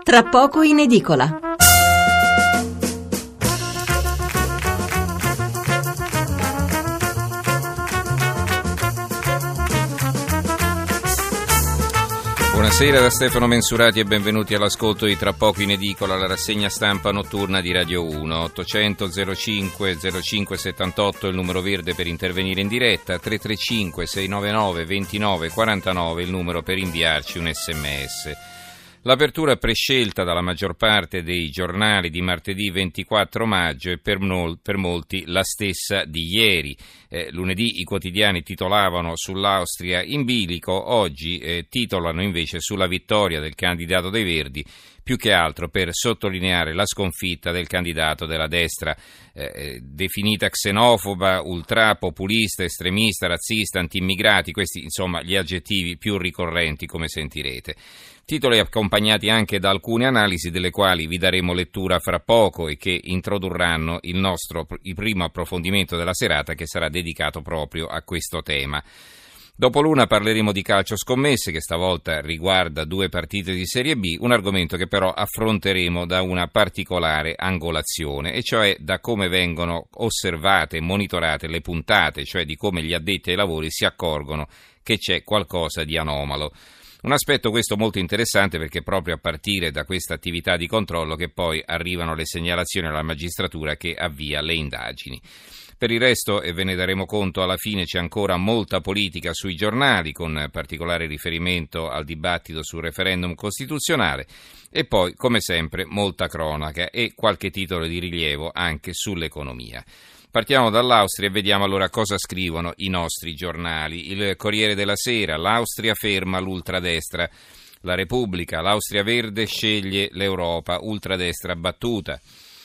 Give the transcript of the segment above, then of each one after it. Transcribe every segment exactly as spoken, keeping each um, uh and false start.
tra poco in edicola. Buonasera da Stefano Mensurati e benvenuti all'ascolto di Tra poco in edicola, la rassegna stampa notturna di Radio uno. ottocento zero cinque zero cinque settantotto il numero verde per intervenire in diretta, tre tre cinque sei nove nove due nove quattro nove il numero per inviarci un sms. L'apertura prescelta dalla maggior parte dei giornali di martedì ventiquattro maggio è per, mol- per molti la stessa di ieri. Eh, lunedì i quotidiani titolavano sull'Austria in bilico, oggi eh, titolano invece sulla vittoria del candidato dei Verdi, più che altro per sottolineare la sconfitta del candidato della destra, eh, definita xenofoba, ultrapopulista, estremista, razzista, anti-immigrati, questi insomma gli aggettivi più ricorrenti, come sentirete. Titoli accompagnati anche da alcune analisi delle quali vi daremo lettura fra poco e che introdurranno il nostro il primo approfondimento della serata, che sarà dedicato proprio a questo tema. Dopo l'una parleremo di calcio scommesse, che stavolta riguarda due partite di Serie B, un argomento che però affronteremo da una particolare angolazione, e cioè da come vengono osservate e monitorate le puntate, cioè di come gli addetti ai lavori si accorgono che c'è qualcosa di anomalo. Un aspetto questo molto interessante, perché proprio a partire da questa attività di controllo che poi arrivano le segnalazioni alla magistratura che avvia le indagini. Per il resto, e ve ne daremo conto alla fine, c'è ancora molta politica sui giornali, con particolare riferimento al dibattito sul referendum costituzionale, e poi, come sempre, molta cronaca e qualche titolo di rilievo anche sull'economia. Partiamo dall'Austria e vediamo allora cosa scrivono i nostri giornali. Il Corriere della Sera: l'Austria ferma l'ultradestra. La Repubblica: l'Austria Verde sceglie l'Europa, ultradestra battuta.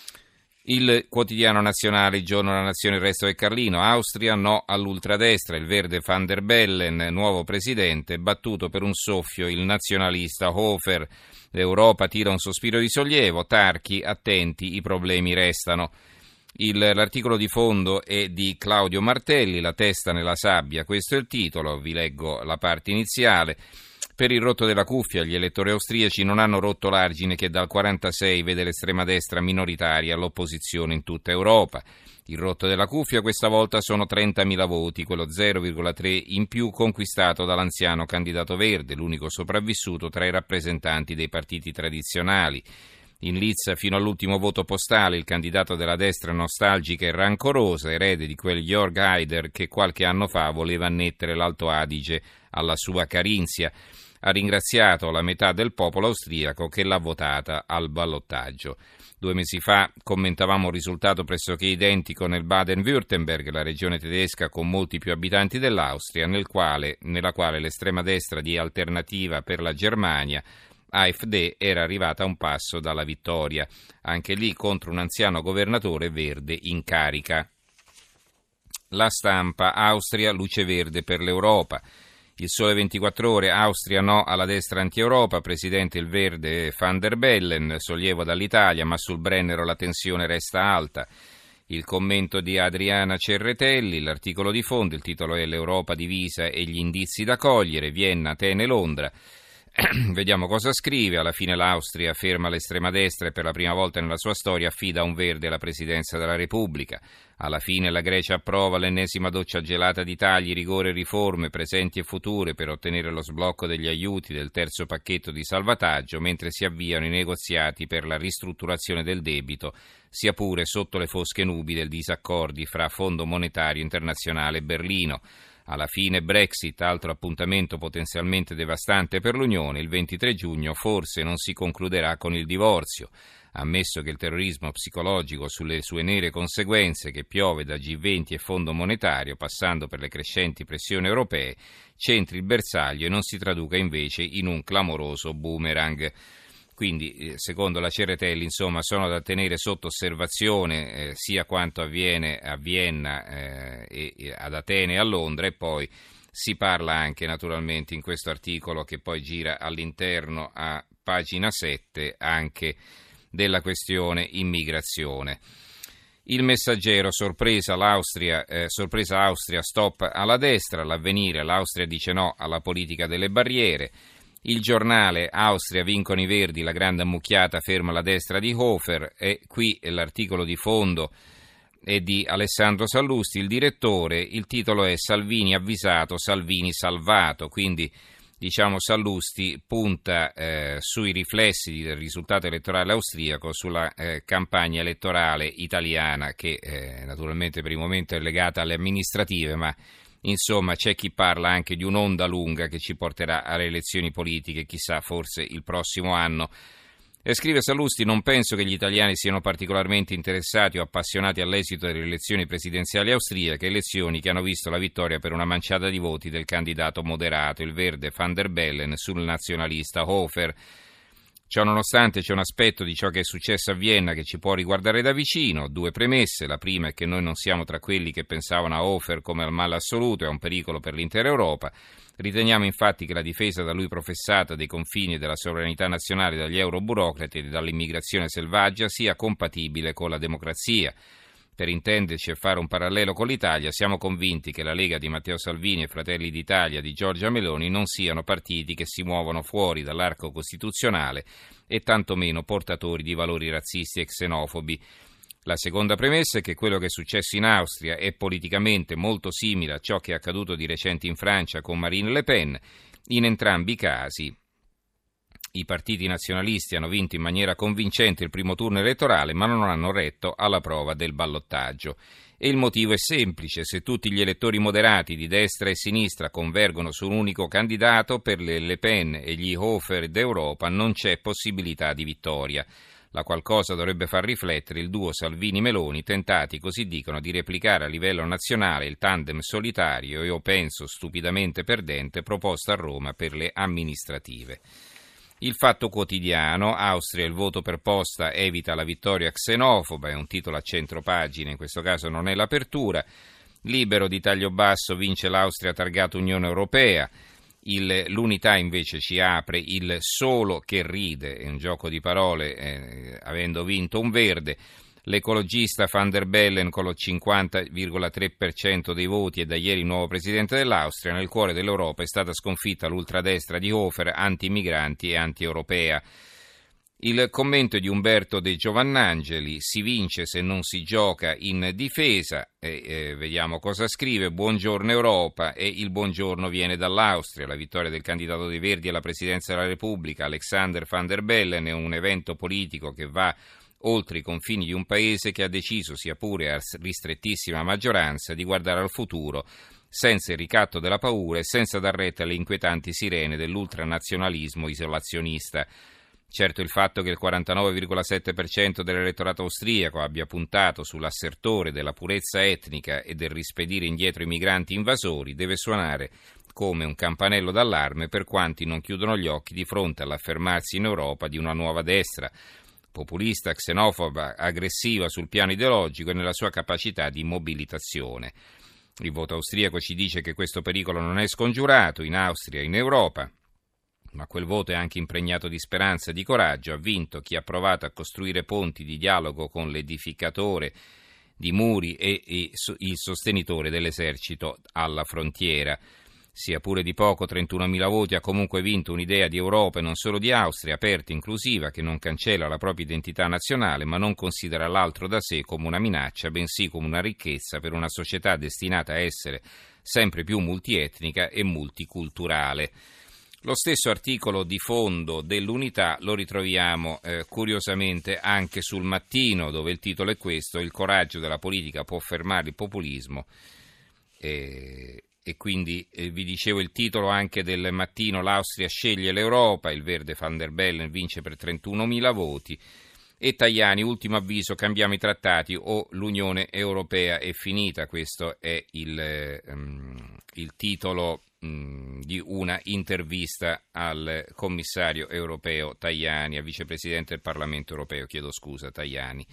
Il Quotidiano Nazionale, il Giorno della Nazione, il Resto del Carlino: Austria no all'ultradestra, il verde Van der Bellen, nuovo presidente, battuto per un soffio il nazionalista Hofer. L'Europa tira un sospiro di sollievo, Tarchi attenti, i problemi restano. Il, l'articolo di fondo è di Claudio Martelli, La testa nella sabbia, questo è il titolo, vi leggo la parte iniziale. Per il rotto della cuffia, gli elettori austriaci non hanno rotto l'argine che dal quarantasei vede l'estrema destra minoritaria all'opposizione in tutta Europa. Il rotto della cuffia questa volta sono trentamila voti, quello zero virgola tre in più conquistato dall'anziano candidato verde, l'unico sopravvissuto tra i rappresentanti dei partiti tradizionali. In lizza fino all'ultimo voto postale il candidato della destra nostalgica e rancorosa, erede di quel Jörg Haider che qualche anno fa voleva annettere l'Alto Adige alla sua Carinzia. Ha ringraziato la metà del popolo austriaco che l'ha votata al ballottaggio. Due mesi fa commentavamo un risultato pressoché identico nel Baden-Württemberg, la regione tedesca con molti più abitanti dell'Austria, nel quale, nella quale l'estrema destra di Alternativa per la Germania, A F D, era arrivata a un passo dalla vittoria, anche lì contro un anziano governatore verde in carica. La Stampa: Austria luce verde per l'Europa. Il Sole ventiquattro Ore: Austria no alla destra anti-Europa, presidente il verde Van der Bellen, sollievo dall'Italia, ma sul Brennero la tensione resta alta. Il commento di Adriana Cerretelli, l'articolo di fondo, il titolo è L'Europa divisa e gli indizi da cogliere, Vienna, Atene, Londra. Vediamo cosa scrive. Alla fine l'Austria ferma l'estrema destra e per la prima volta nella sua storia affida a un verde la presidenza della Repubblica. Alla fine la Grecia approva l'ennesima doccia gelata di tagli, rigore e riforme presenti e future per ottenere lo sblocco degli aiuti del terzo pacchetto di salvataggio, mentre si avviano i negoziati per la ristrutturazione del debito, sia pure sotto le fosche nubi del disaccordi fra Fondo Monetario Internazionale e Berlino. Alla fine Brexit, altro appuntamento potenzialmente devastante per l'Unione, il ventitré giugno forse non si concluderà con il divorzio. Ammesso che il terrorismo psicologico sulle sue nere conseguenze, che piove da G venti e Fondo Monetario, passando per le crescenti pressioni europee, centri il bersaglio e non si traduca invece in un clamoroso boomerang. Quindi, secondo la Cerretelli, insomma, sono da tenere sotto osservazione eh, sia quanto avviene a Vienna eh, e, e ad Atene e a Londra, e poi si parla anche naturalmente in questo articolo che poi gira all'interno a pagina sette anche della questione immigrazione. Il Messaggero: sorpresa l'Austria, eh, sorpresa Austria, stop alla destra. L'Avvenire: l'Austria dice no alla politica delle barriere. Il Giornale, Austria vincono i Verdi, la grande ammucchiata ferma la destra di Hofer, e qui l'articolo di fondo è di Alessandro Sallusti, il direttore, il titolo è Salvini avvisato, Salvini salvato, quindi diciamo Sallusti punta eh, sui riflessi del risultato elettorale austriaco sulla eh, campagna elettorale italiana che eh, naturalmente per il momento è legata alle amministrative, ma insomma c'è chi parla anche di un'onda lunga che ci porterà alle elezioni politiche, chissà forse il prossimo anno. E scrive Sallusti, non penso che gli italiani siano particolarmente interessati o appassionati all'esito delle elezioni presidenziali austriache, elezioni che hanno visto la vittoria per una manciata di voti del candidato moderato, il verde Van der Bellen, sul nazionalista Hofer. Ciò nonostante c'è un aspetto di ciò che è successo a Vienna che ci può riguardare da vicino, due premesse, la prima è che noi non siamo tra quelli che pensavano a Hofer come al male assoluto e a un pericolo per l'intera Europa. Riteniamo infatti che la difesa da lui professata dei confini e della sovranità nazionale dagli euroburocrati e dall'immigrazione selvaggia sia compatibile con la democrazia. Per intenderci e fare un parallelo con l'Italia, siamo convinti che la Lega di Matteo Salvini e Fratelli d'Italia di Giorgia Meloni non siano partiti che si muovono fuori dall'arco costituzionale e tantomeno portatori di valori razzisti e xenofobi. La seconda premessa è che quello che è successo in Austria è politicamente molto simile a ciò che è accaduto di recente in Francia con Marine Le Pen. In entrambi i casi i partiti nazionalisti hanno vinto in maniera convincente il primo turno elettorale, ma non hanno retto alla prova del ballottaggio. E il motivo è semplice: se tutti gli elettori moderati di destra e sinistra convergono su un unico candidato, per le Le Pen e gli Hofer d'Europa non c'è possibilità di vittoria. La qual cosa dovrebbe far riflettere il duo Salvini-Meloni, tentati, così dicono, di replicare a livello nazionale il tandem solitario e io penso stupidamente perdente proposto a Roma per le amministrative. Il Fatto Quotidiano, Austria il voto per posta evita la vittoria xenofoba, è un titolo a centropagina, in questo caso non è l'apertura. Libero di taglio basso vince l'Austria targata Unione Europea. Il, l'unità invece ci apre il solo che ride, è un gioco di parole, eh, avendo vinto un verde. L'ecologista Van der Bellen con lo cinquanta virgola tre per cento dei voti e da ieri il nuovo presidente dell'Austria. Nel cuore dell'Europa è stata sconfitta l'ultradestra di Hofer, anti-immigranti e anti-europea. Il commento di Umberto De Giovannangeli: si vince se non si gioca in difesa, e, eh, vediamo cosa scrive. Buongiorno Europa, e il buongiorno viene dall'Austria. La vittoria del candidato dei Verdi alla presidenza della Repubblica, Alexander Van der Bellen, è un evento politico che va oltre i confini di un paese che ha deciso, sia pure a ristrettissima maggioranza, di guardare al futuro senza il ricatto della paura e senza dar retta alle inquietanti sirene dell'ultranazionalismo isolazionista. Certo, il fatto che il quarantanove virgola sette per cento dell'elettorato austriaco abbia puntato sull'assertore della purezza etnica e del rispedire indietro i migranti invasori deve suonare come un campanello d'allarme per quanti non chiudono gli occhi di fronte all'affermarsi in Europa di una nuova destra, populista, xenofoba, aggressiva sul piano ideologico e nella sua capacità di mobilitazione. Il voto austriaco ci dice che questo pericolo non è scongiurato in Austria e in Europa, ma quel voto è anche impregnato di speranza e di coraggio. Ha vinto chi ha provato a costruire ponti di dialogo con l'edificatore di muri e il sostenitore dell'esercito alla frontiera. Sia pure di poco, trentunomila voti, ha comunque vinto un'idea di Europa e non solo di Austria, aperta, inclusiva, che non cancella la propria identità nazionale, ma non considera l'altro da sé come una minaccia, bensì come una ricchezza per una società destinata a essere sempre più multietnica e multiculturale. Lo stesso articolo di fondo dell'Unità lo ritroviamo eh, curiosamente anche sul Mattino, dove il titolo è questo: il coraggio della politica può fermare il populismo. Eh, e quindi eh, vi dicevo il titolo anche del Mattino: l'Austria sceglie l'Europa, il verde Van der Bellen vince per trentunomila voti. E Tajani, ultimo avviso, cambiamo i trattati o l'Unione Europea è finita. Questo è il, um, il titolo um, di una intervista al commissario europeo Tajani, al vicepresidente del Parlamento europeo, chiedo scusa, Tajani.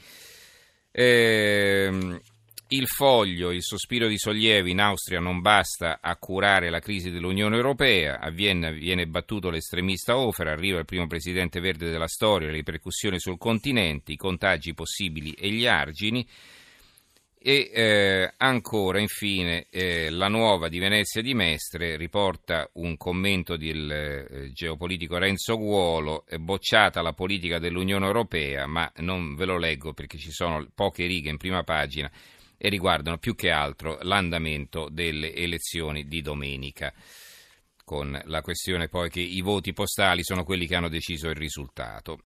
Ehm... Il Foglio, il sospiro di sollievo: in Austria non basta a curare la crisi dell'Unione Europea, a Vienna viene battuto l'estremista Hofer, arriva il primo presidente verde della storia, le ripercussioni sul continente, i contagi possibili e gli argini. E eh, ancora, infine, eh, la Nuova di Venezia di Mestre riporta un commento del eh, geopolitico Renzo Guolo: è bocciata la politica dell'Unione Europea, ma non ve lo leggo perché ci sono poche righe in prima pagina e riguardano più che altro l'andamento delle elezioni di domenica, con la questione poi che i voti postali sono quelli che hanno deciso il risultato.